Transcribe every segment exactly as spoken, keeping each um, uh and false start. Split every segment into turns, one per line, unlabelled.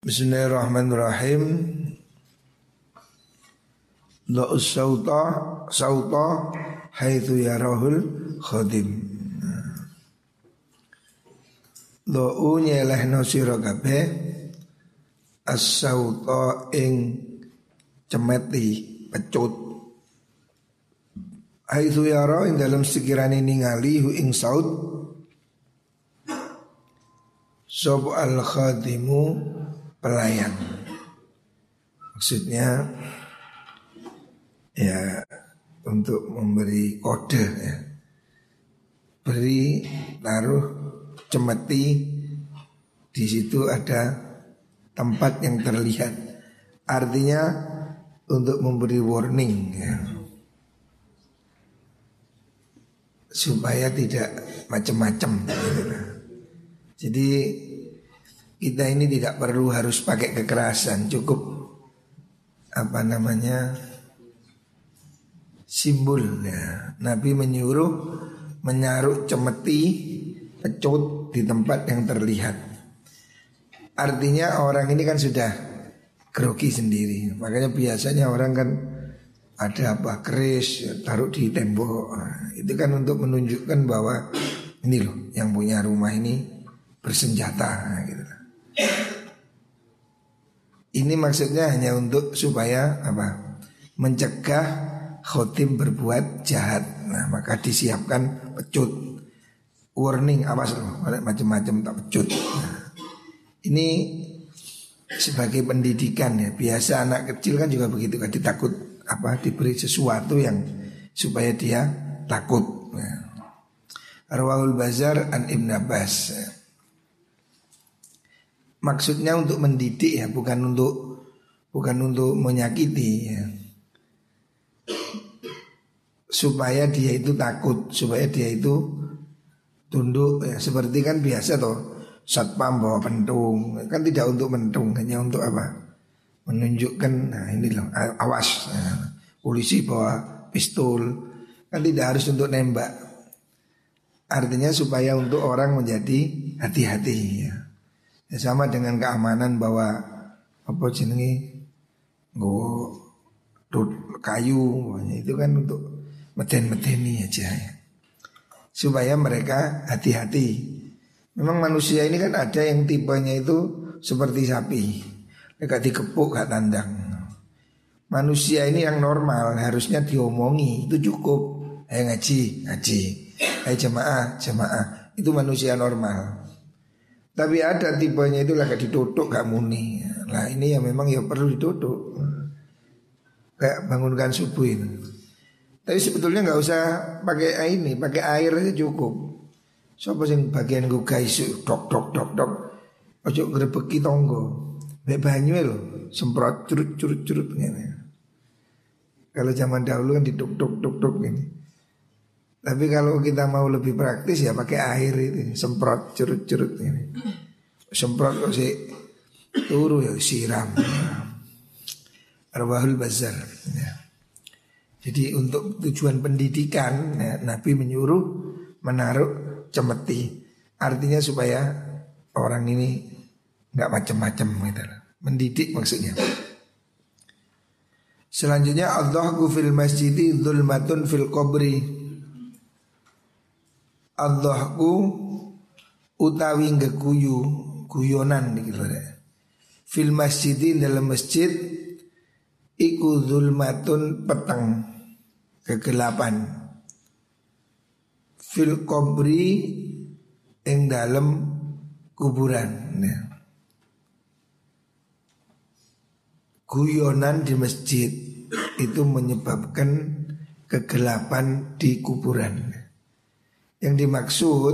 Bismillahirrahmanirrahim. La'us sauta sauta haitsu yarahul khadim. La'u nyelehno sira kabeh as-sauta ing cemeti pecut. Haitsu yara ing dalam sekirane ningali hu ing saut sab al-khadimu pelayan. Maksudnya ya untuk memberi kode ya. Beri taruh cemeti, di situ ada tempat yang terlihat. Artinya untuk memberi warning ya. Supaya tidak macam-macam gitu. Jadi kita ini tidak perlu harus pakai kekerasan, cukup apa namanya simbol ya. Nabi menyuruh menyaruh cemeti pecut di tempat yang terlihat. Artinya orang ini kan sudah grogi sendiri. Makanya biasanya orang kan ada apa keris taruh di tembok. Nah, itu kan untuk menunjukkan bahwa ini loh yang punya rumah ini bersenjata nah, gitu. Ini maksudnya hanya untuk supaya apa? Mencegah khotim berbuat jahat. Nah, maka disiapkan pecut. Warning awas loh, macam-macam tak pecut. Nah, ini sebagai pendidikan ya. Biasa anak kecil kan juga begitu kan, ditakut apa? Diberi sesuatu yang supaya dia takut. Nah, Rawahul Bazar an Ibn Abbas. Maksudnya untuk mendidik ya, bukan untuk bukan untuk menyakiti ya. Supaya dia itu takut, supaya dia itu tunduk ya. Seperti kan biasa toh satpam bawa pentung, kan tidak untuk mentung, hanya untuk apa? Menunjukkan nah ini loh awas. Nah, polisi bawa pistol, kan tidak harus untuk nembak. Artinya supaya untuk orang menjadi hati-hati ya. Ya, sama dengan keamanan bahwa apa jenenge nggo kayu itu kan untuk meden-medeni aja ya. Supaya mereka hati-hati. Memang manusia ini kan ada yang tipenya itu seperti sapi. Gak dikepuk gak tandang. Manusia ini yang normal harusnya diomongi itu cukup. Ayo ngaji, ngaji. Ayo jemaah, jemaah. Itu manusia normal. Tapi ada tipenya itu lah gak ditutup gak muni. Nah ini ya memang ya perlu ditutup. Kayak bangunkan subuh ini. Tapi sebetulnya gak usah pakai air ini, pakai air aja cukup. Siapa yang bagian gue guys dok dok dok dok. Ojo grebeki tonggo. Mek banyu lho, semprot curut curut curut ngene. Kalau zaman dahulu kan diduk duk duk duk gini. Tapi kalau kita mau lebih praktis ya pakai air itu, semprot curut-curut ini. Semprot kok sih turu ya siram. Rawahul Bazar. Ya. Jadi untuk tujuan pendidikan ya, Nabi menyuruh menaruh cemeti. Artinya supaya orang ini nggak macam-macam gitu. Mendidik maksudnya. Selanjutnya Allahu fil masjidi dzulmatun fil qabri. Allahku utawi ngeguyu guyonan iki lho rek. Fil masjid dalam masjid iku zulmatun peteng kegelapan. Fil qabri ing dalam kuburan. Nah. Guyonan di masjid itu menyebabkan kegelapan di kuburan. Yang dimaksud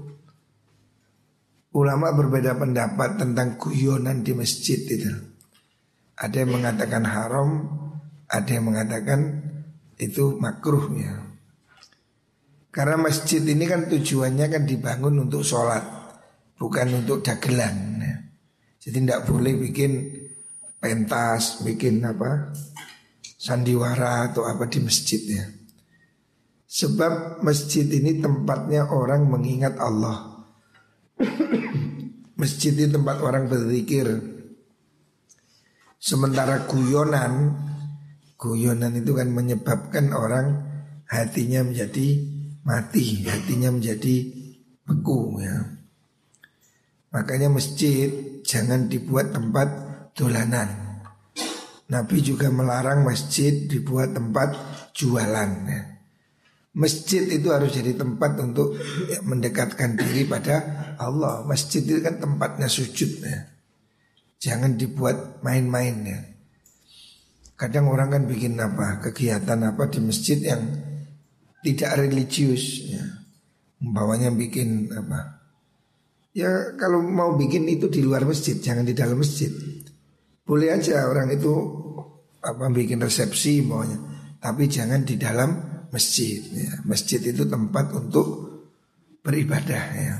ulama berbeda pendapat tentang guyonan di masjid itu. Ada yang mengatakan haram, ada yang mengatakan itu makruh ya. Karena masjid ini kan tujuannya kan dibangun untuk sholat, bukan untuk dagelan. Jadi tidak boleh bikin pentas, bikin apa sandiwara atau apa di masjid ya. Sebab masjid ini tempatnya orang mengingat Allah. Masjid itu tempat orang berzikir. Sementara guyonan, guyonan itu kan menyebabkan orang hatinya menjadi mati, hatinya menjadi beku ya. Makanya masjid jangan dibuat tempat dolanan. Nabi juga melarang masjid dibuat tempat jualan ya. Masjid itu harus jadi tempat untuk ya, mendekatkan diri pada Allah. Masjid itu kan tempatnya sujud ya. Jangan dibuat main-main ya. Kadang orang kan bikin apa, kegiatan apa di masjid yang tidak religius ya. Umpamanya bikin apa, ya kalau mau bikin itu di luar masjid, jangan di dalam masjid. Boleh aja orang itu apa bikin resepsi maunya, tapi jangan di dalam masjid ya. Masjid itu tempat untuk beribadah ya.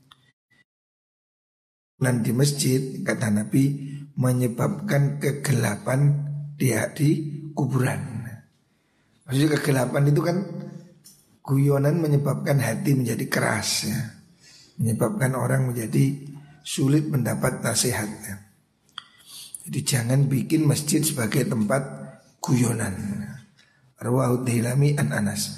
Dan di masjid kata Nabi menyebabkan kegelapan dia di kuburan. Maksudnya kegelapan itu kan guyonan menyebabkan hati menjadi keras ya. Menyebabkan orang menjadi sulit mendapat nasihatnya. Jadi jangan bikin masjid sebagai tempat guyonan. Rawahu Dailami an Anas.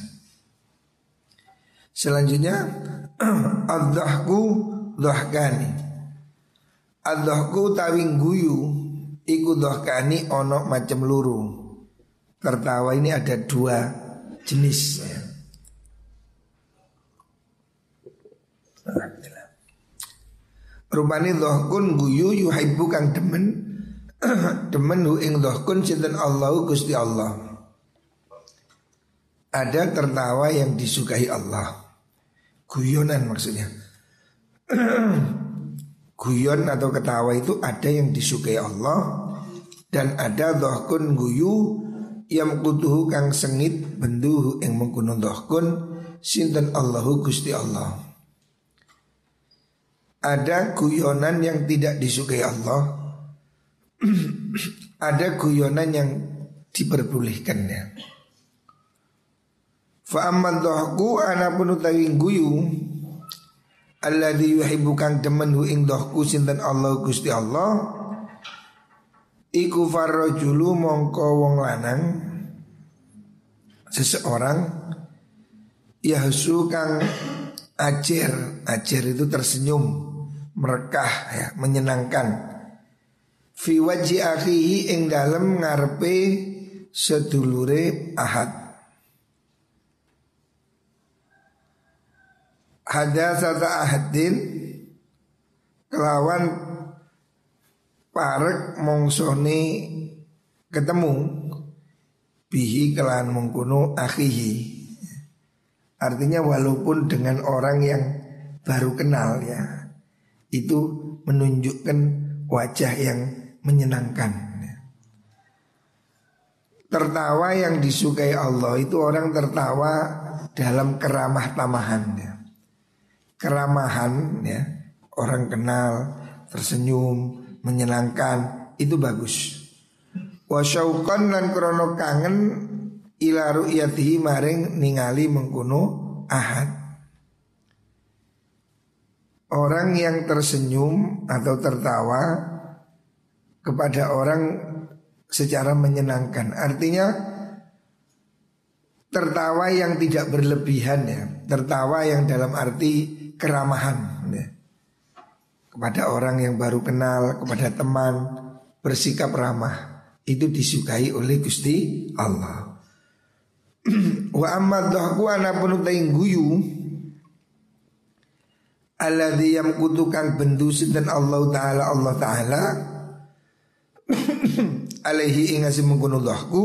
Selanjutnya ad-dhahku dhahkani. Ad-dhahku tawing guyu iku dhahkani ono macam luru. Tertawa ini ada dua jenis ya. Rupane dhahkun guyu yuhibbu kang demen demen hu ing dhahkun sinten Allahu Gusti Allah. Ada tertawa yang disukai Allah. Guyonan maksudnya. Guyon atau ketawa itu ada yang disukai Allah, dan ada dhahkun guyu yang kutuhu kang sengit benduhu ing mengkono dhahkun sinten Allahu Gusti Allah. Ada guyonan yang tidak disukai Allah. Ada guyonan yang diperbolehkannya. Fa amman dhahku anapun utawi guyu alladzi yuhibbu kang demen hu ing dhahku sinten Allah Gusti Allah iku farrajulu mongko wong lanang seseorang yahsu kang ajer, ajer itu tersenyum, merekah ya, menyenangkan. Fi wajhi akhihi ing dalem ngarepe sedulure ahad. Hadatsata ahadin kelawan parek mongsone ketemu bihi kelan mengkuno akhihi. Artinya walaupun dengan orang yang baru kenal ya, itu menunjukkan wajah yang menyenangkan. Tertawa yang disukai Allah itu orang tertawa dalam keramah tamahannya. Keramahan ya, orang kenal, tersenyum, menyenangkan, itu bagus. Wa syauqan lan krono kangen ila ru'yatihi maring ningali mengkuno ahad. Orang yang tersenyum atau tertawa kepada orang secara menyenangkan, artinya tertawa yang tidak berlebihan ya, tertawa yang dalam arti keramahan ya. Kepada orang yang baru kenal, kepada teman, bersikap ramah, itu disukai oleh Gusti Allah. Wa amma dhahku anapun utaing guyu alladzi yamkutu kang bendu sinten Allah taala Allah taala alaihi ing asem mengkono dhahku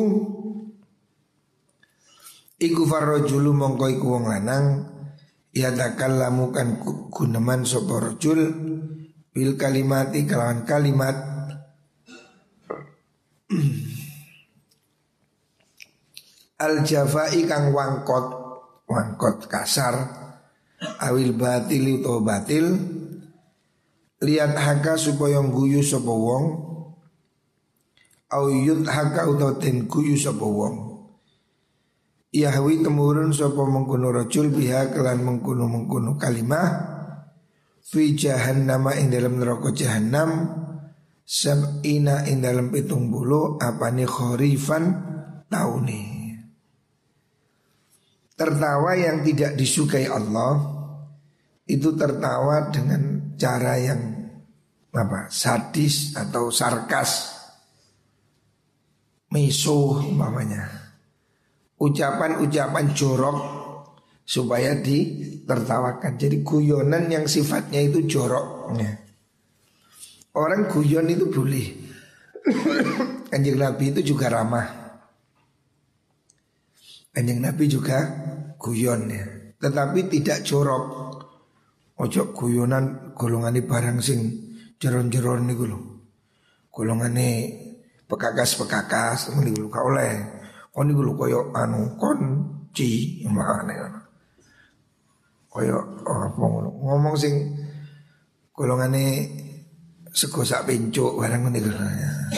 iku farrajulu mongko iku wong lanang ya takallamu kan guneman sapa rajul bil kalimati kalawan kalimat al jafai kang wangkot wangkot kasar awil batili utawa batil lihat haka supaya guyu sapa wong au yud haka utawa den guyu sapa wong Yahwi temurun sapa mengkono rajul biha kelan mengkono mengkono kalimah fi jahannam ing dalam neraka jahannam sab'ina ing dalam pitung puluh apa nih khorifan tauni. Tertawa yang tidak disukai Allah itu tertawa dengan cara yang apa? Sadis atau sarkas, misuh umpamanya. Ucapan-ucapan jorok supaya ditertawakan. Jadi guyonan yang sifatnya itu jorok. Orang guyon itu boleh. Kanjeng Nabi itu juga ramah. Kanjeng Nabi juga guyon ya, tetapi tidak jorok. Ojo guyonan golongane barang sing jeron-jeron niku lho. Golongane pekakas-pekakas niku lho, gak oleh. Kon niku lho koyo anu konci makane ngono. Koyo oh, apa ngono. Ngomong sing golongane sego sak pencuk barang niku lho.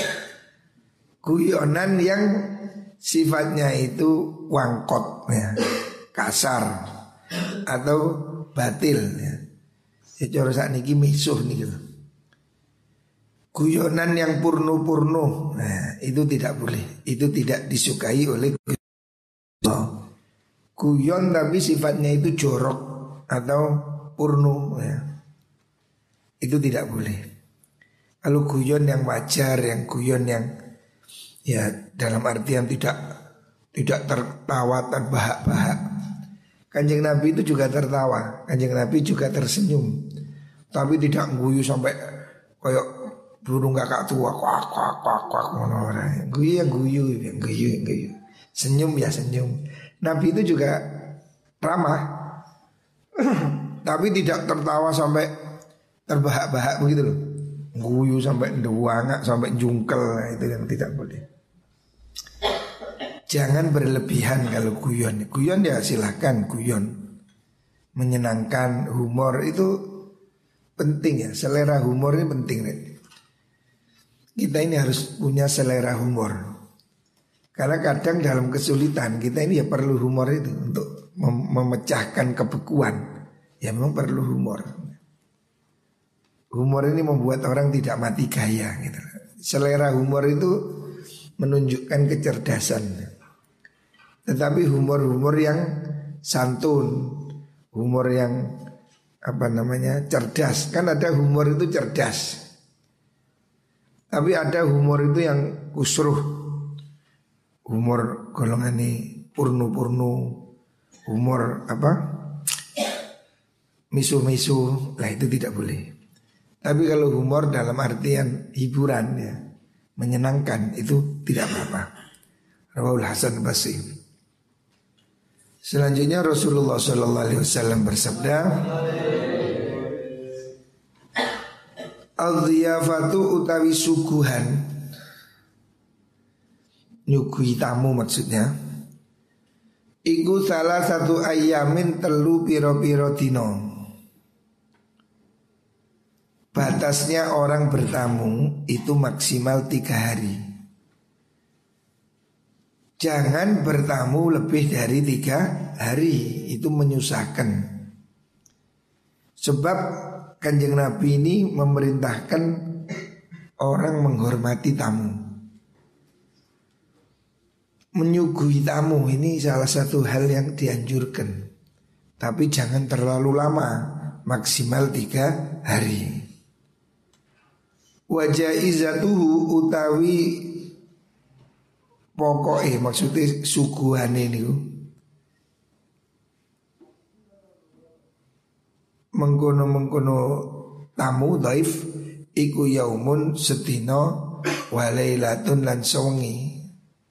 Guyonan yang sifatnya itu wangkot ya, kasar atau batil ya. Ya cara sakniki misuh niki lho. Guyonan yang purnu-purnu, nah, itu tidak boleh. Itu tidak disukai oleh Allah. Guyon tapi sifatnya itu jorok atau purnu ya. Itu tidak boleh. Kalau guyon yang wajar, yang guyon yang ya dalam artian tidak tidak tertawa terbahak-bahak. Kanjeng Nabi itu juga tertawa, Kanjeng Nabi juga tersenyum, tapi tidak guyu sampai kayak burung kakak tua kuak kuak kuak kuak ngono ora. Guyu ya guyu, ya guyu, guyu. Senyum ya senyum. Nabi itu juga ramah, tapi tidak tertawa sampai terbahak-bahak begitu loh. Guyu sampai nduwangak, sampai jungkel, itu yang tidak boleh. Jangan berlebihan kalau guyon. Guyon ya silahkan guyon, menyenangkan, humor itu penting ya. Selera humor ini penting nih. Kita ini harus punya selera humor. Karena kadang dalam kesulitan kita ini ya perlu humor itu untuk mem- memecahkan kebekuan. Ya memang perlu humor. Humor ini membuat orang tidak mati gaya gitu. Selera humor itu menunjukkan kecerdasan. Tetapi humor-humor yang santun, humor yang apa namanya cerdas. Kan ada humor itu cerdas, tapi ada humor itu yang kusruh, humor golongan ini purnu-purnu, humor apa misu-misu, lah itu tidak boleh. Tapi kalau humor dalam artian hiburan ya, menyenangkan, itu tidak apa-apa. Rawahul Hasan Basri. Selanjutnya Rasulullah Shallallahu Alaihi Wasallam bersabda, al-dhiyafatu utawi suguhan, nyugui tamu maksudnya, iku salah satu ayamin telu piro-piro dino. Batasnya orang bertamu itu maksimal tiga hari. Jangan bertamu lebih dari tiga hari, itu menyusahkan. Sebab Kanjeng Nabi ini memerintahkan orang menghormati tamu. Menyuguhi tamu ini salah satu hal yang dianjurkan. Tapi jangan terlalu lama, maksimal tiga hari. Wajaizatuhu utawi pokoknya maksudnya suguhan ini mengkono-mengkono tamu daif iku yaumun sedina walailatun lan sawengi.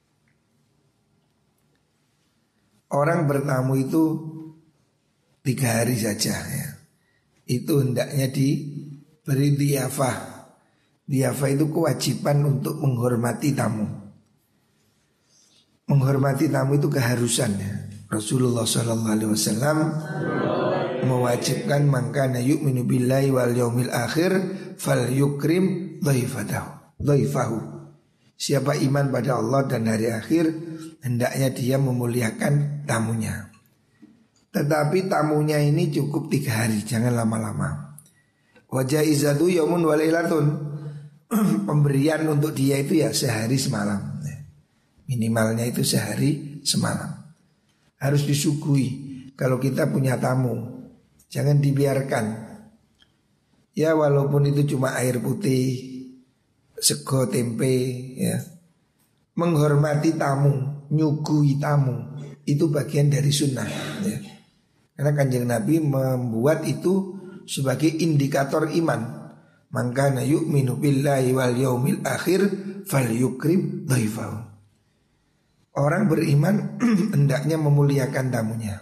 Orang bertamu itu tiga hari saja ya. Itu hendaknya diberi dhiyafah. Dhiyafah itu kewajiban untuk menghormati tamu. Menghormati tamu itu keharusan ya. Rasulullah Shallallahu Alaihi Wasallam mewajibkan mangkana yu'minu billahi wal yaumil akhir fal yukrim dhaifatahu dhaifahu. Siapa iman pada Allah dan hari akhir, hendaknya dia memuliakan tamunya. Tetapi tamunya ini cukup tiga hari, jangan lama-lama. Wajah izadu yaumun walailatun. pemberian untuk dia itu ya sehari semalam. Minimalnya itu sehari semalam. Harus disuguhi. Kalau kita punya tamu, jangan dibiarkan. Ya walaupun itu cuma air putih, sego tempe ya. Menghormati tamu, nyuguhi tamu, itu bagian dari sunnah ya. Karena Kanjeng Nabi membuat itu sebagai indikator iman. Maka yu'minu billahi wal yaumil akhir falyukrim dhaifahu. Orang beriman hendaknya memuliakan tamunya.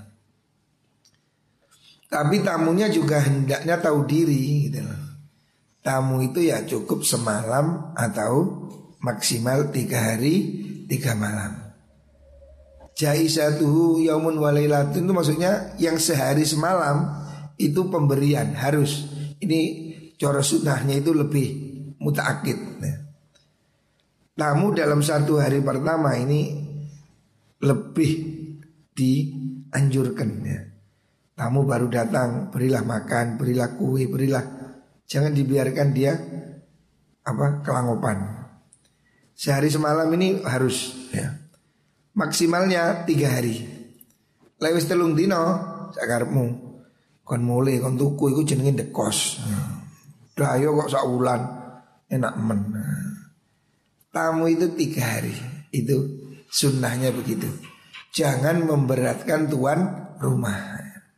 Tapi tamunya juga hendaknya tahu diri gitu loh. Tamu itu ya cukup semalam atau maksimal tiga hari tiga malam. Jaisatuhu yaumun walailatun itu maksudnya yang sehari semalam itu pemberian harus. Ini cara sunnahnya itu lebih mutaakid ya. Tamu dalam satu hari pertama ini lebih dianjurkan ya. Tamu baru datang, berilah makan, berilah kue, berilah. Jangan dibiarkan dia apa kelangopan. Sehari semalam ini harus ya. Maksimalnya tiga hari. Lewis telung dino sakarepmu. Kon mulai kon tuku iku jenenge ndekos. Dah ayo kok sak wulan enak men. Tamu itu tiga hari. Itu sunnahnya begitu. Jangan memberatkan tuan rumah.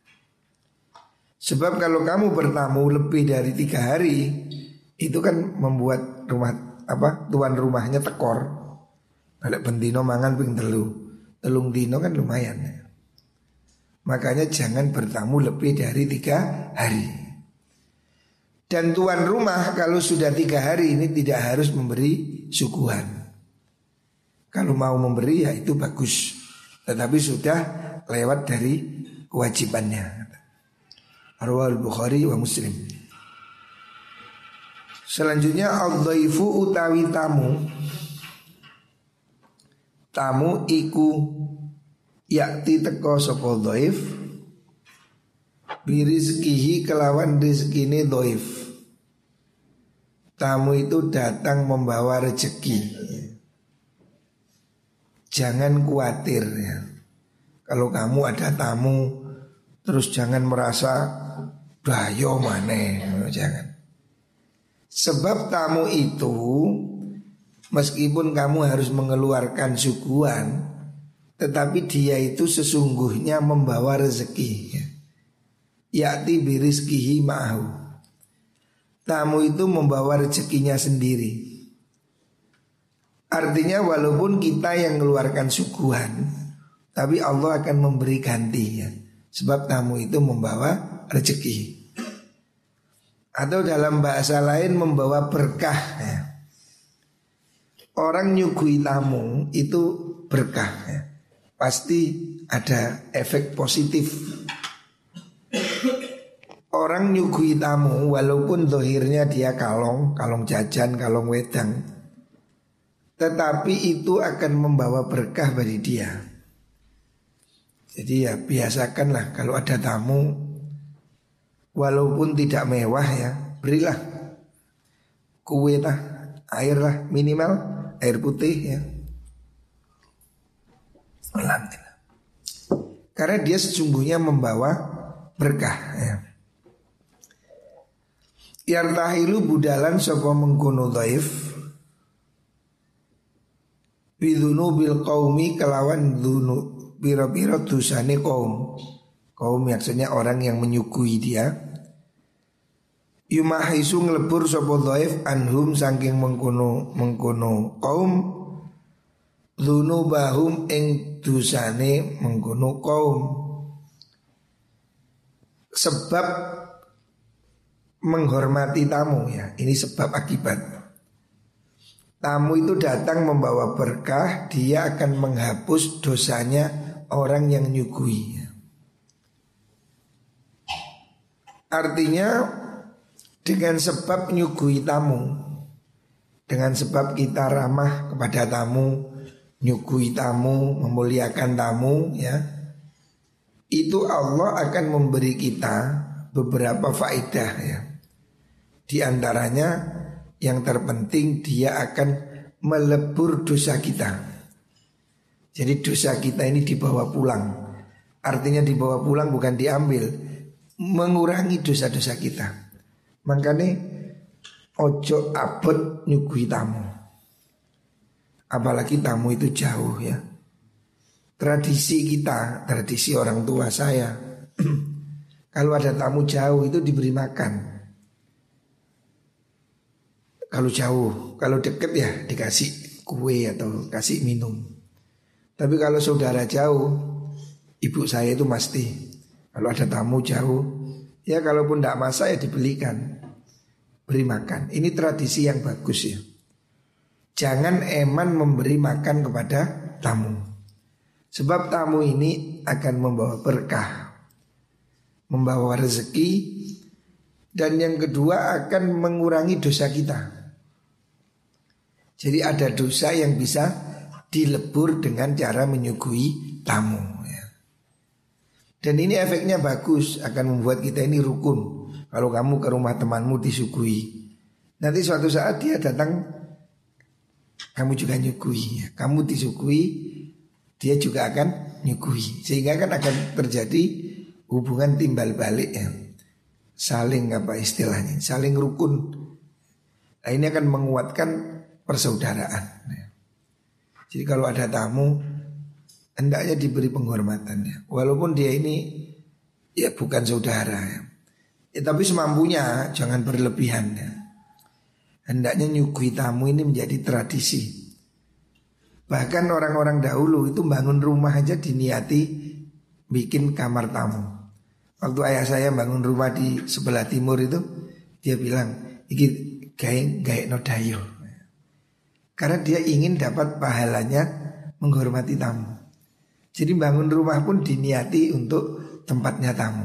Sebab kalau kamu bertamu lebih dari tiga hari, itu kan membuat rumah apa tuan rumahnya tekor. Balik bendino mangan ping telu, telung dino kan lumayan ya. Makanya jangan bertamu lebih dari tiga hari. Dan tuan rumah kalau sudah tiga hari ini tidak harus memberi suguhan. Kalau mau memberi ya itu bagus. Tetapi sudah lewat dari kewajibannya. Arwahul Bukhari wa Muslim. Selanjutnya al-dhaifu utawi tamu. Tamu iku yakti teko sapa dhaif birizkihi kelawan rizkine dhaif. Tamu itu datang membawa rezeki. Jangan khawatir ya. Kalau kamu ada tamu terus jangan merasa bahaya maneh, jangan. Sebab tamu itu meskipun kamu harus mengeluarkan suguhan, tetapi dia itu sesungguhnya membawa rezeki ya. Ya'ti birizkihi ma'ahu. Tamu itu membawa rezekinya sendiri. Artinya walaupun kita yang mengeluarkan suguhan, tapi Allah akan memberi gantinya. Sebab tamu itu membawa rezeki. Atau dalam bahasa lain membawa berkah ya. Orang nyuguhi tamu itu berkah ya. Pasti ada efek positif. Orang nyuguhi tamu walaupun dohirnya dia kalong, kalong jajan, kalong wedang, tetapi itu akan membawa berkah bagi dia. Jadi ya biasakanlah kalau ada tamu, walaupun tidak mewah ya, berilah kue lah, air lah, minimal air putih ya. Alhamdulillah. Karena dia sesungguhnya membawa berkah ya. Yartahilu budalan sapa mengkono dhaif bidzunubil qaumi kelawan dzunu biro-biro dosane kaum. Kaum maksudnya orang yang menyuguhi dia. Yumahisu nglebur sapa dhaif anhum saking mengkono mengkono kaum dzunubahum ing dosane mengkono kaum. Sebab menghormati tamu ya, ini sebab akibat. Tamu itu datang membawa berkah, dia akan menghapus dosanya orang yang nyuguhi. Artinya dengan sebab nyuguhi tamu, dengan sebab kita ramah kepada tamu, nyuguhi tamu, memuliakan tamu ya, itu Allah akan memberi kita beberapa faedah ya. Di antaranya Yang terpenting dia akan melebur dosa kita. Jadi dosa kita ini dibawa pulang. Artinya dibawa pulang bukan diambil, mengurangi dosa-dosa kita. Makanya ojo abot nyuguhi tamu. Apalagi tamu itu jauh ya. Tradisi kita, tradisi orang tua saya, kalau ada tamu jauh itu diberi makan. Kalau jauh, kalau deket ya dikasih kue atau kasih minum. Tapi kalau saudara jauh, ibu saya itu mesti kalau ada tamu jauh, ya kalaupun tidak masak ya dibelikan, beri makan. Ini tradisi yang bagus ya. Jangan eman memberi makan kepada tamu. Sebab tamu ini akan membawa berkah, membawa rezeki, dan yang kedua akan mengurangi dosa kita. Jadi ada dosa yang bisa dilebur dengan cara menyuguhi tamu ya. Dan ini efeknya bagus, akan membuat kita ini rukun. Kalau kamu ke rumah temanmu disuguhi, nanti suatu saat dia datang, kamu juga nyuguhi ya. Kamu disuguhi, dia juga akan nyuguhi. Sehingga kan akan terjadi hubungan timbal balik ya. Saling apa istilahnya, saling rukun. Nah, ini akan menguatkan persaudaraan ya. Jadi kalau ada tamu, hendaknya diberi penghormatan ya. Walaupun dia ini ya bukan saudara ya. Ya tapi semampunya, jangan berlebihan ya. Hendaknya nyuguhi tamu ini menjadi tradisi. Bahkan orang-orang dahulu itu bangun rumah aja diniati bikin kamar tamu. Waktu ayah saya bangun rumah di sebelah timur itu, dia bilang, iki gawe gawe nodayo. Karena dia ingin dapat pahalanya menghormati tamu. Jadi bangun rumah pun diniati untuk tempatnya tamu.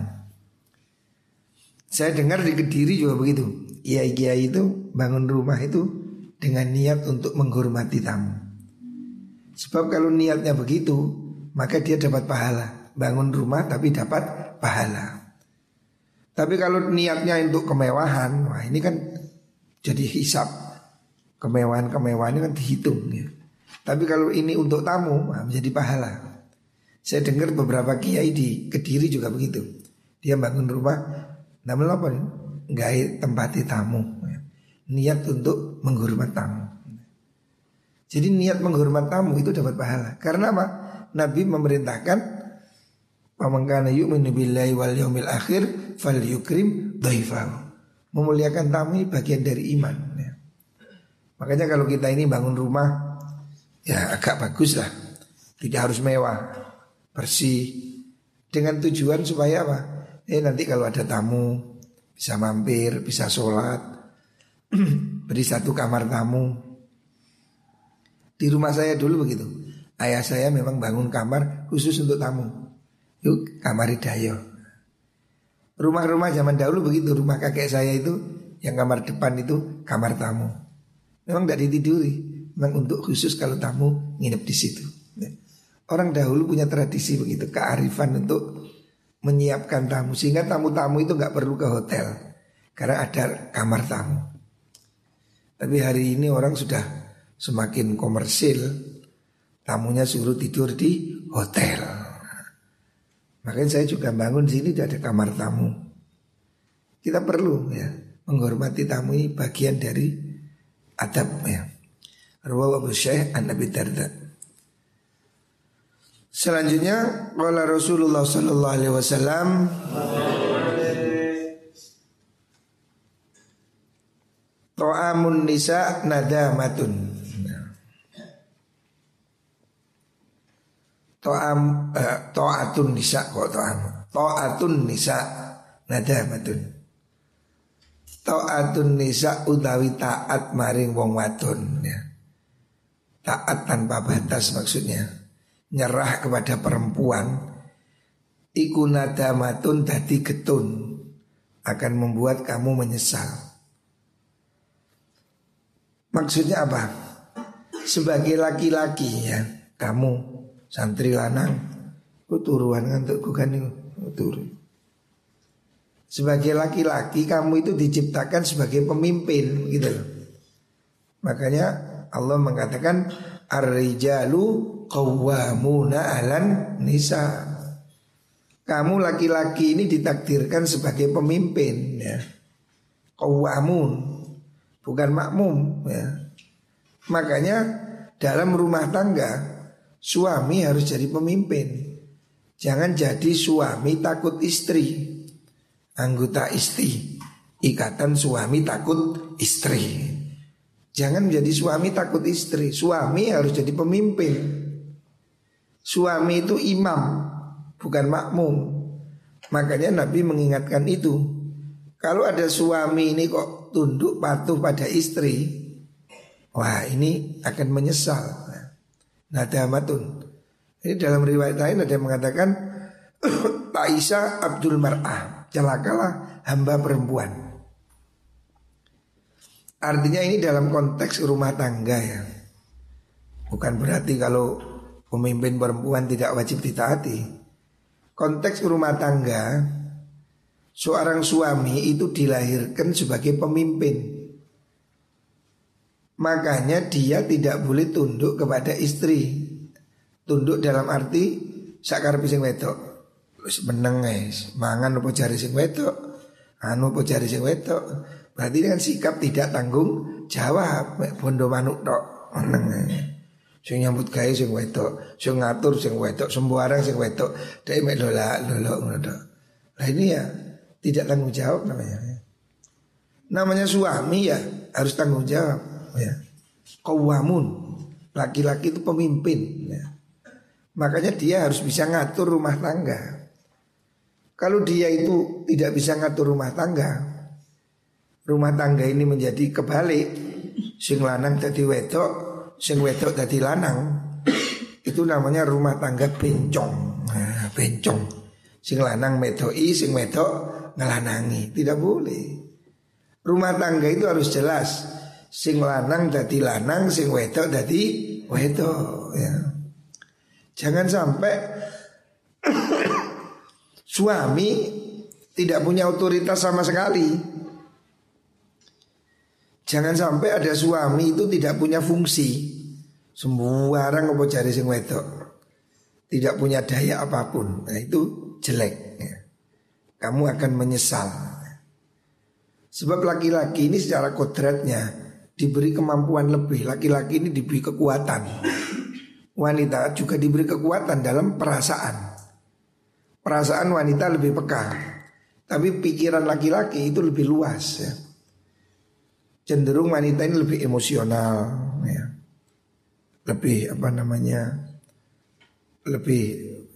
Saya dengar di Kediri juga begitu. Kiai-kiai itu bangun rumah itu dengan niat untuk menghormati tamu. Sebab kalau niatnya begitu, maka dia dapat pahala. Bangun rumah tapi dapat pahala. Tapi kalau niatnya untuk kemewahan, wah ini kan jadi hisab. Kemewahan-kemewahan ini kan dihitung ya. Tapi kalau ini untuk tamu, wah, menjadi pahala. Saya dengar beberapa kiai di Kediri juga begitu. Dia bangun rumah, namanya apa? Gawe tempati tamu ya. Niat untuk menghormat tamu. Jadi niat menghormat tamu itu dapat pahala. Karena apa? Nabi memerintahkan man kana yu'minu billahi wal yaumil akhir falyukrim dhaifahu. Memuliakan tamu ini bagian dari iman ya. Makanya kalau kita ini bangun rumah ya agak bagus lah. Tidak harus mewah, bersih. Dengan tujuan supaya apa? Eh nanti kalau ada tamu bisa mampir, bisa sholat, beri satu kamar tamu. Di rumah saya dulu begitu. Ayah saya memang bangun kamar khusus untuk tamu. Yuk kamar Hidayo. Rumah-rumah zaman dahulu begitu. Rumah kakek saya itu yang kamar depan itu kamar tamu. Memang tidak ditiduri, memang untuk khusus kalau tamu nginep di situ. Orang dahulu punya tradisi begitu, kearifan untuk menyiapkan tamu sehingga tamu-tamu itu nggak perlu ke hotel karena ada kamar tamu. Tapi hari ini orang sudah semakin komersil, tamunya suruh tidur di hotel. Makanya saya juga bangun sini ada kamar tamu. Kita perlu ya menghormati tamu, ini bagian dari adab ya. Rawahu Abu Syekh an Abi Darda. Selanjutnya qala Rasulullah sallallahu alaihi wasallam ta'amun nisa nadamatun. Ta'am eh, ta'atun nisa kok ta'am. Ta'atun nisa nadamatun. Ta'atun nisa utawi taat maring wong wadon ya. Taat tanpa batas maksudnya. Nyerah kepada perempuan iku nadamatun dadi getun, akan membuat kamu menyesal. Maksudnya apa? Sebagai laki-laki ya, kamu santri lanang, ku turuan ngantukku kan itu turun. Sebagai laki-laki kamu itu diciptakan sebagai pemimpin gitu loh. Makanya Allah mengatakan ar-rijalu qawwamuna 'alan nisa. Kamu laki-laki ini ditakdirkan sebagai pemimpin ya. Qawwamun, bukan makmum ya. Makanya dalam rumah tangga suami harus jadi pemimpin. Jangan jadi suami takut istri. Anggota istri, ikatan suami takut istri. Jangan menjadi suami takut istri. Suami harus jadi pemimpin. Suami itu imam, bukan makmum. Makanya Nabi mengingatkan itu. Kalau ada suami ini kok tunduk patuh pada istri, wah ini akan menyesal. Nadamatun. Ini dalam riwayat lain ada yang mengatakan Taisa Abdul Mar'ah, celakalah hamba perempuan. Artinya ini dalam konteks rumah tangga ya. Bukan berarti kalau pemimpin perempuan tidak wajib ditaati. Konteks rumah tangga, seorang suami itu dilahirkan sebagai pemimpin. Makanya dia tidak boleh tunduk kepada istri. Tunduk dalam arti sakarepe sing wedok. Wis meneng guys, mangan opo jare sing wedok, anu opo jare sing wedok. Berarti dengan sikap tidak tanggung jawab, bondo manuk tok, meneng. Sing nyambut gawe sing wedok, sing ngatur sing wedok, sembarang sing wedok, dhek mek lolak-lolok ngono tok. Lah ini ya tidak tanggung jawab namanya. Namanya suami ya harus tanggung jawab ya. Qawwamun, laki-laki itu pemimpin ya. Makanya dia harus bisa ngatur rumah tangga. Kalau dia itu tidak bisa ngatur rumah tangga, rumah tangga ini menjadi kebalik. Sing lanang dadi wedok, sing wedok dadi lanang. Itu namanya rumah tangga bencong. Nah, bencong. Sing lanang medoi, sing wedok ngelanangi. Tidak boleh. Rumah tangga itu harus jelas. Sing lanang dadi lanang, sing wedok dadi wedok ya. Jangan sampai suami tidak punya otoritas sama sekali. Jangan sampai ada suami itu tidak punya fungsi. Sembarang apa cari sing wedok, tidak punya daya apapun. Nah itu jelek ya. Kamu akan menyesal. Sebab laki-laki ini secara kodratnya diberi kemampuan lebih. Laki-laki ini diberi kekuatan. Wanita juga diberi kekuatan dalam perasaan. Perasaan wanita lebih peka, tapi pikiran laki-laki itu lebih luas ya. Cenderung wanita ini lebih emosional ya. Lebih apa namanya, Lebih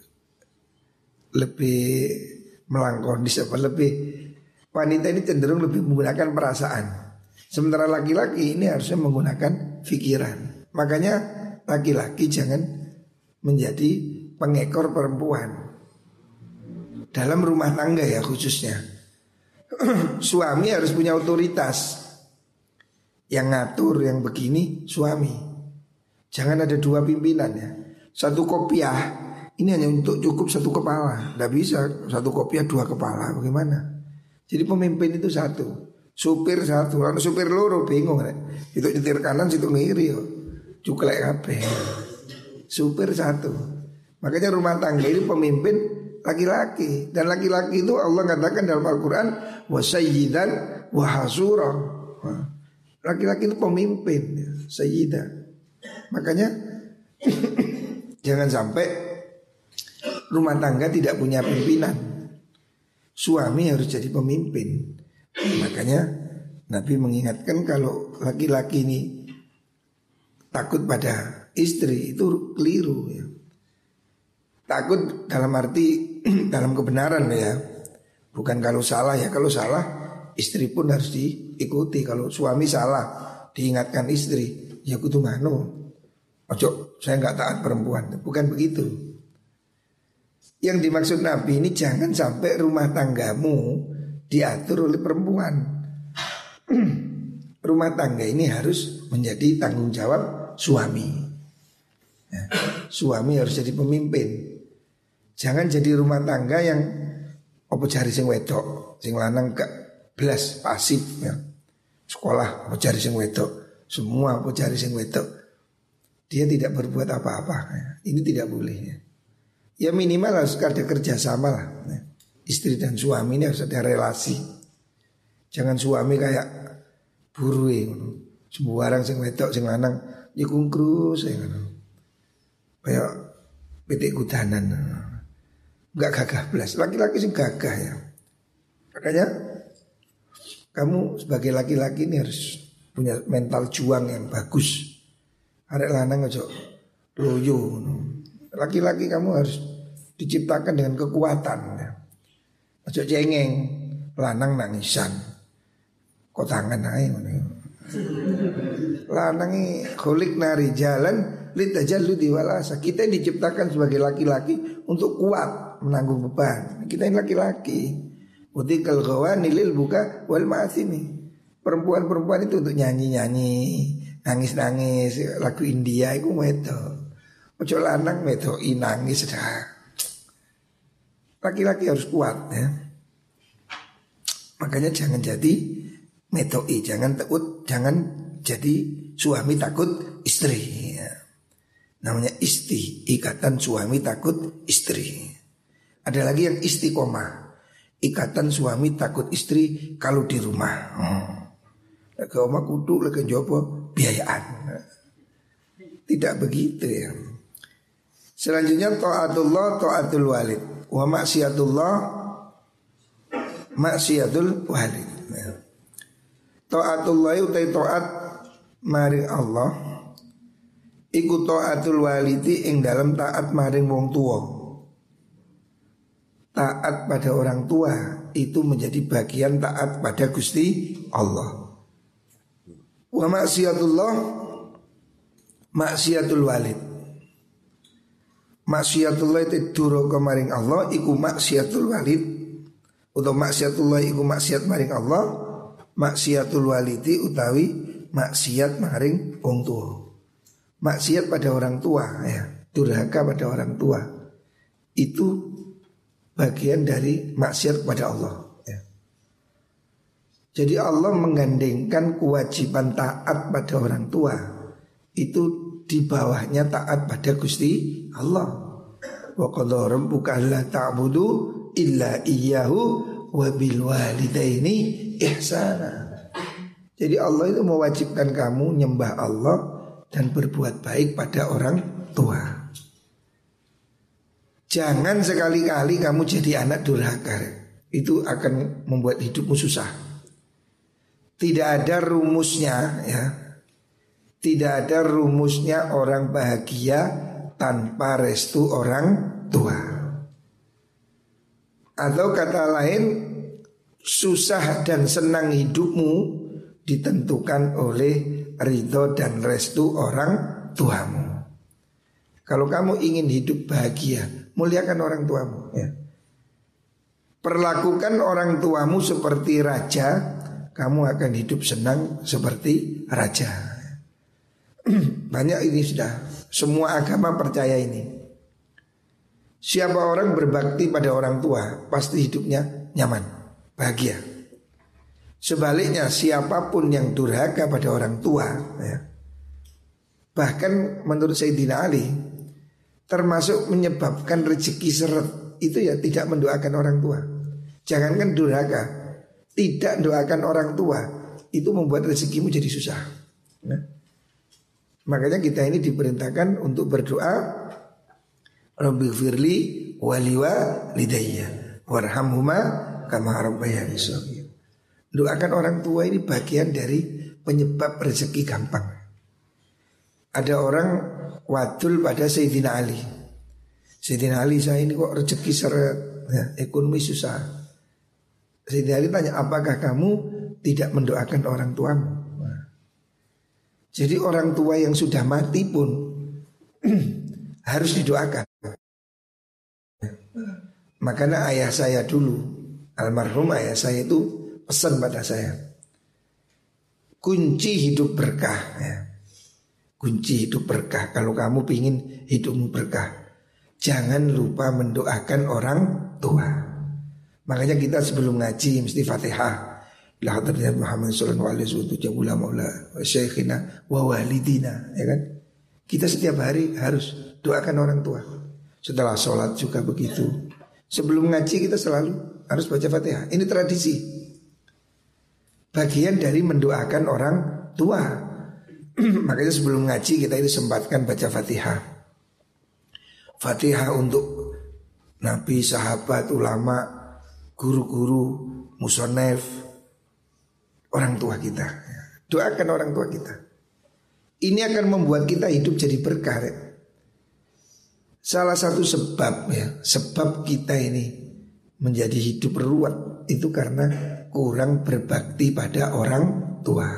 Lebih melankolis apa lebih. Wanita ini cenderung lebih menggunakan perasaan. Sementara laki-laki ini harusnya menggunakan pikiran. Makanya laki-laki jangan menjadi pengekor perempuan dalam rumah tangga ya khususnya. Suami harus punya otoritas. Yang ngatur yang begini suami. Jangan ada dua pimpinan ya. Satu kopiah ini hanya untuk cukup satu kepala. Tidak bisa satu kopiah dua kepala. Bagaimana? Jadi pemimpin itu satu, supir satu. Kalau supir loro bingung kan? Itu nyetir kanan situ ngiri yo. Cuklek kabeh. Supir satu. Makanya rumah tangga ini pemimpin laki-laki. Dan laki-laki itu Allah katakan dalam Al-Quran wa sayyidan wa hasura. Laki-laki itu pemimpin ya, sayyidah. Makanya jangan sampai rumah tangga tidak punya pimpinan. Suami harus jadi pemimpin. Makanya Nabi mengingatkan kalau laki-laki ini takut pada istri itu keliru ya. Takut dalam arti dalam kebenaran ya. Bukan kalau salah ya. Kalau salah istri pun harus diikuti. Kalau suami salah diingatkan istri, ya kudu nganu. Ojo saya nggak taat perempuan. Bukan begitu. Yang dimaksud Nabi ini jangan sampai rumah tanggamu diatur oleh perempuan. Rumah tangga ini harus menjadi tanggung jawab suami ya. Suami harus jadi pemimpin. Jangan jadi rumah tangga yang opo cari sing wedok, sing lanang gak belas pasif ya. Sekolah opo cari sing wedok, semua aku cari sing wedok, dia tidak berbuat apa-apa. Ini tidak boleh ya. Ya minimal harus ada kerjasama lah. Istri dan suami ini harus ada relasi. Jangan suami kayak buruwe, sembarang sing wedok sing lanang nyekungkrus ya ngono. Kayak pitik kudanan. Enggak gagah belas. Laki-laki sing gagah ya. Makanya kamu sebagai laki-laki ini harus punya mental juang yang bagus. Arek lanang aja loyo. Laki-laki kamu harus diciptakan dengan kekuatan. Aja cengeng, lanang nangisan. Kok tangan ae ngono. Lanang iki kholik nari jalan litajallu diwalasa. Kita yang diciptakan sebagai laki-laki untuk kuat menanggung beban. Kita ini laki-laki. Utikal ghawani lil buka wal ma'asimi. Perempuan-perempuan itu untuk nyanyi-nyanyi, nangis-nangis, lagu India itu wedok. Ojo lanang wedok nangis dah. Laki-laki harus kuat ya. Makanya jangan jadi metoi, jangan takut, jangan jadi suami takut istri ya. Namanya isti, ikatan suami takut istri. Ada lagi yang istiqomah, ikatan suami takut istri kalau di rumah. Hmm. Lagi omah kudu, lagi jopo biayaan. Tidak begitu ya. Selanjutnya taatullah, taatul walid. Wa maksiatullah, maksiatul walid. Taatullah utai taat maring Allah. Iku taatul walidi ing dalam taat maring wong tua. Taat pada orang tua itu menjadi bagian taat pada Gusti Allah. Wa maksiatullah, maksiatul walid. Maksiatullah itu duraka maring Allah iku maksiatul walid. Utawa maksiatullah iku maksiat maring Allah. Maksiatul walidi utawi maksiat maring wong tua. Maksiat pada orang tua ya, durhaka pada orang tua itu bagian dari maksiat kepada Allah ya. Jadi Allah menggandengkan kewajiban taat pada orang tua itu di bawahnya taat pada Gusti Allah. Wa qadha rabbuka alla ta'budu illa iyyahu wa bil walidaini ihsana. Jadi Allah itu mewajibkan kamu nyembah Allah dan berbuat baik pada orang tua. Jangan sekali-kali kamu jadi anak durhaka. Itu akan membuat hidupmu susah. Tidak ada rumusnya ya. Tidak ada rumusnya orang bahagia tanpa restu orang tua. Atau kata lain, susah dan senang hidupmu ditentukan oleh ridho dan restu orang tuamu. Kalau kamu ingin hidup bahagia, muliakan orang tuamu ya. Perlakukan orang tuamu seperti raja, kamu akan hidup senang seperti raja. Banyak ini sudah, semua agama percaya ini. Siapa orang berbakti pada orang tua, pasti hidupnya nyaman, bahagia. Sebaliknya siapapun yang durhaka pada orang tua ya, bahkan menurut Sayyidina Ali termasuk menyebabkan rezeki seret itu ya tidak mendoakan orang tua. Jangankan durhaka, tidak doakan orang tua itu membuat rezekimu jadi susah ya. Makanya kita ini diperintahkan untuk berdoa, Rabbighfirli waliwa lidayya warhamhuma kama rabbayani shaghira. Doakan orang tua ini bagian dari penyebab rezeki gampang. Ada orang wadul pada Sayyidina Ali. Sayyidina Ali, saya ini kok rezeki seret ya, ekonomi susah. Sayyidina Ali tanya, apakah kamu tidak mendoakan orang tuamu? Nah, jadi orang tua yang sudah mati pun harus didoakan. Makanya ayah saya dulu, almarhum ayah saya itu pesan pada saya, kunci hidup berkah ya. Kunci hidup berkah, kalau kamu pingin hidupmu berkah, jangan lupa mendoakan orang tua. Makanya kita sebelum ngaji mesti Fatihah, La hadratin Muhammad sallallahu alaihi wasallam jabula maula wa syekhina wa walidina, ya kan? Kita setiap hari harus doakan orang tua. Setelah sholat juga begitu. Sebelum ngaji kita selalu harus baca Fatihah. Ini tradisi. Bagian dari mendoakan orang tua. Makanya sebelum ngaji kita itu sempatkan baca Fatihah. Fatihah untuk nabi, sahabat, ulama, guru-guru, musonef, orang tua kita. Doakan orang tua kita. Ini akan membuat kita hidup jadi berkah. Ya. Salah satu sebab ya, sebab kita ini menjadi hidup ruwet itu karena kurang berbakti pada orang tua.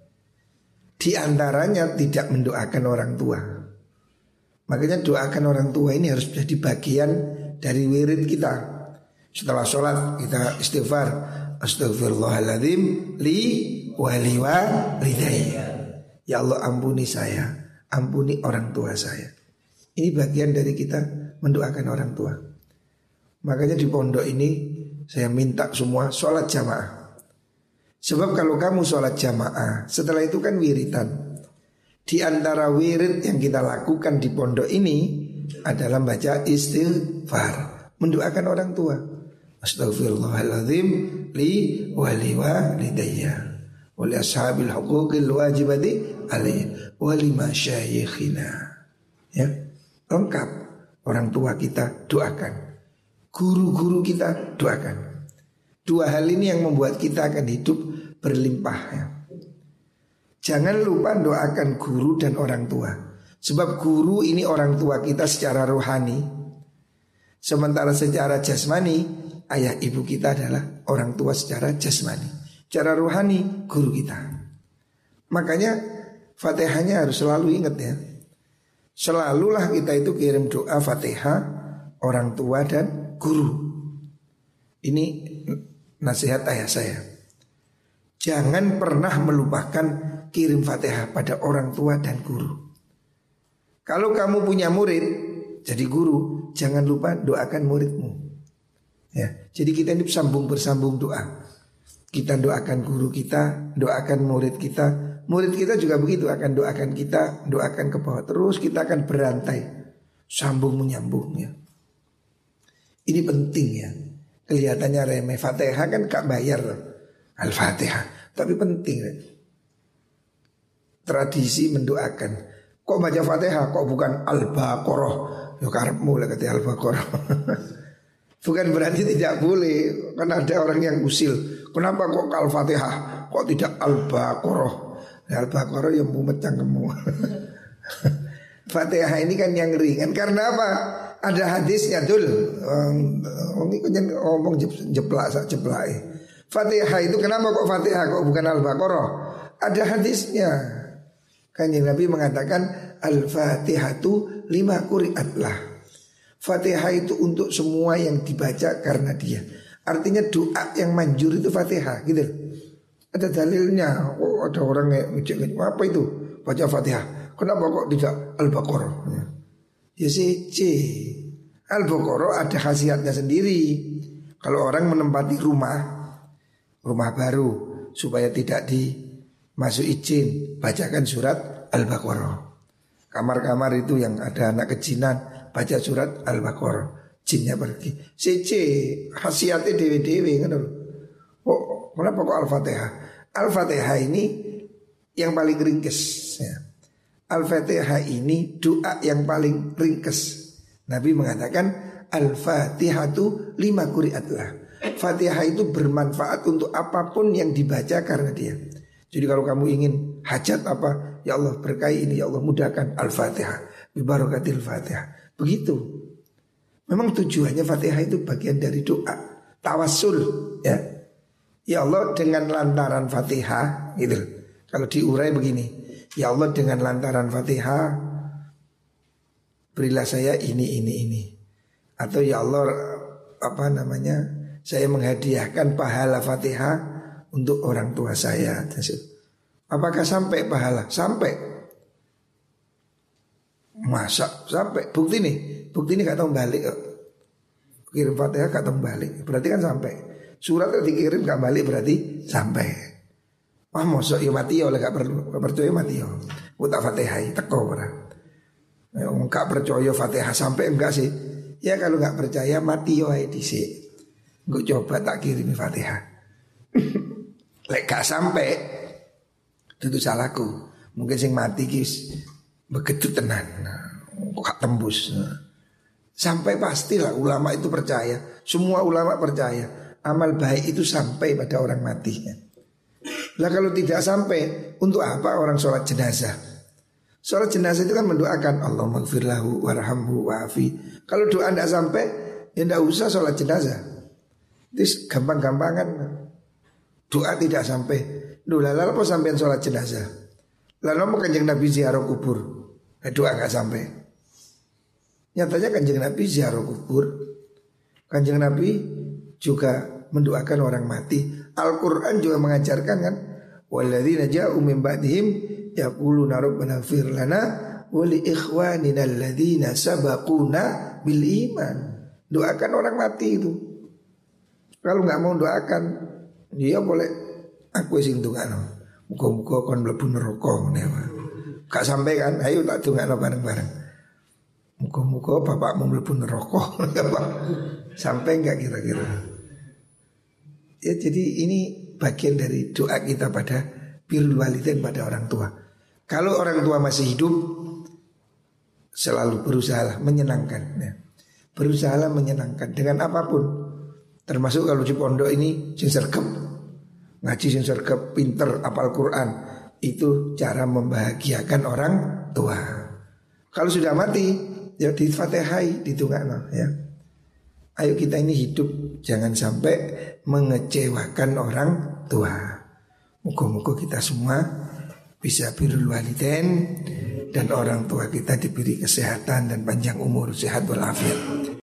Di antaranya tidak mendoakan orang tua. Makanya doakan orang tua ini harus menjadi bagian dari wirid kita. Setelah sholat kita istighfar, astaghfirullahaladzim li wali walidayya. Ya Allah ampuni saya, ampuni orang tua saya. Ini bagian dari kita mendoakan orang tua. Makanya di pondok ini saya minta semua sholat jamaah. Sebab kalau kamu sholat jamaah, setelah itu kan wiritan. Di antara wirid yang kita lakukan di pondok ini adalah baca istighfar, mendoakan orang tua. Astaghfirullahaladzim li wali walidayya wa li ashabil huquqil wajibati alaihi wa li masyayikhina. Ya. Lengkap. Orang tua kita doakan, guru-guru kita doakan. Dua hal ini yang membuat kita akan hidup berlimpah ya. Jangan lupa doakan guru dan orang tua. Sebab guru ini orang tua kita secara rohani. Sementara secara jasmani ayah ibu kita adalah orang tua secara jasmani. Secara rohani guru kita. Makanya Fatihahnya harus selalu ingat ya. Selalulah kita itu kirim doa Fatihah orang tua dan guru. Ini nasihat ayah saya. Jangan pernah melupakan kirim Fatihah pada orang tua dan guru. Kalau kamu punya murid jadi guru, jangan lupa doakan muridmu. Ya, jadi kita ini sambung bersambung doa. Kita doakan guru kita, doakan murid kita. Murid kita juga begitu, akan doakan kita, doakan ke bawah. Terus kita akan berantai, sambung menyambung ya. Ini penting ya. Kelihatannya remeh, Fatihah kan gak bayar loh, Al-Fatihah. Tapi penting ya. Tradisi mendoakan. Kok baca Fatihah, kok bukan Al-Baqarah? Ya karepmu lah kata Al-Baqarah. Bukan berarti tidak boleh. Kan ada orang yang usil, kenapa kok Al-Fatihah, kok tidak Al-Baqarah? Al-Baqarah yang mumet cangkemmu. Fatihah ini kan yang ringan. Karena apa? Ada hadisnya dul. Om ini kan ngomong jeplak sak jeplak. Fatihah itu kenapa kok Fatihah kok bukan Al-Baqarah? Ada hadisnya. Kanjeng Nabi mengatakan Al-Fatihatu lima quri'atlah. Fatihah itu untuk semua yang dibaca karena dia. Artinya doa yang manjur itu Fatihah gitu. Ada dalilnya. Oh, ada orang yang ngecek, apa itu? Baca Fatihah. Kenapa kok tidak Al-Baqarah? Ya, ya sih, Al-Baqarah ada khasiatnya sendiri. Kalau orang menempati rumah, rumah baru, supaya tidak dimasuk izin, bacakan surat Al-Baqarah. Kamar-kamar itu yang ada anak kejinan, baca surat Al-Baqarah, jinnya pergi. C C khasiatnya dewe-dewe kan? Oh, kenapa kok Al-Fatihah? Al-Fatihah ini yang paling ringkes ya. Al-Fatihah ini doa yang paling ringkes. Nabi mengatakan Al-Fatihatu lima quri'atlah. Fatihah itu bermanfaat untuk apapun yang dibaca karena dia. Jadi kalau kamu ingin hajat apa, ya Allah berkahi ini, ya Allah mudahkan, Al-Fatihah, bibarakatil Fatihah. Begitu. Memang tujuannya Fatihah itu bagian dari doa, tawassul ya. Ya Allah dengan lantaran Fatihah gitu. Kalau diurai begini, ya Allah dengan lantaran Fatihah berilah saya ini ini ini. Atau ya Allah apa namanya, saya menghadiahkan pahala Fatihah untuk orang tua saya. Apakah sampai pahala? Sampai. Masa sampai? Bukti nih, bukti ini gak tahu balik. Kirim Fatihah gak tahu balik. Berarti kan sampai. Surat dikirim gak balik berarti sampai. Wah mosok ya mati ya oleh gak perlu gak percaya mati ya. Utak Fatihah teko ora. Enggak percaya Fatihah sampai enggak sih. Ya kalau gak percaya mati ya dhisik. Gue coba tak kirimi Fatihah. Lek gak sampai itu salahku. Mungkin sing mati kis begitu tenan. Kok gak tembus. Sampai pastilah ulama itu percaya. Semua ulama percaya amal baik itu sampai pada orang matinya. Lah kalau tidak sampai, untuk apa orang sholat jenazah? Sholat jenazah itu kan mendoakan Allah maghfirlahu warhamhu wa'afi. Kalau doa tidak sampai, ya tidak usah sholat jenazah. Itu gampang-gampangan. Doa tidak sampai. Duh lalu apa sampai sholat jenazah? Lalu mau kanjeng Nabi ziarah kubur, nah, doa nggak sampai. Nyatanya kanjeng Nabi ziarah kubur, kanjeng Nabi juga mendoakan orang mati. Al-Quran juga mengajarkan kan, walladzina ja'u min ba'dihim yaquluna rabbana ighfir lana wa li ikhwanina alladzina sabaquna bil iman. Doakan orang mati itu. Kalau nggak mau doakan, dia boleh aku sing ndongakno. Muga-muga kon mlebu neraka ngene wae. Gak sampai kan, ayo tak ndongakno bareng-bareng. Muga-muga bapakmu mlebu neraka. Sampai enggak kira-kira? Ya jadi ini bagian dari doa kita pada birrul walidain, pada orang tua. Kalau orang tua masih hidup, selalu berusaha menyenangkan ya. Berusaha menyenangkan dengan apapun. Termasuk kalau di pondok ini sing sergap, ngaji sing sergap, pinter, apal Quran. Itu cara membahagiakan orang tua. Kalau sudah mati, ya di Fatihai, ditungakno ya. Ayo kita ini hidup jangan sampai mengecewakan orang tua. Moga-moga kita semua bisa birrul walidain dan orang tua kita diberi kesehatan dan panjang umur, sehat walafiat.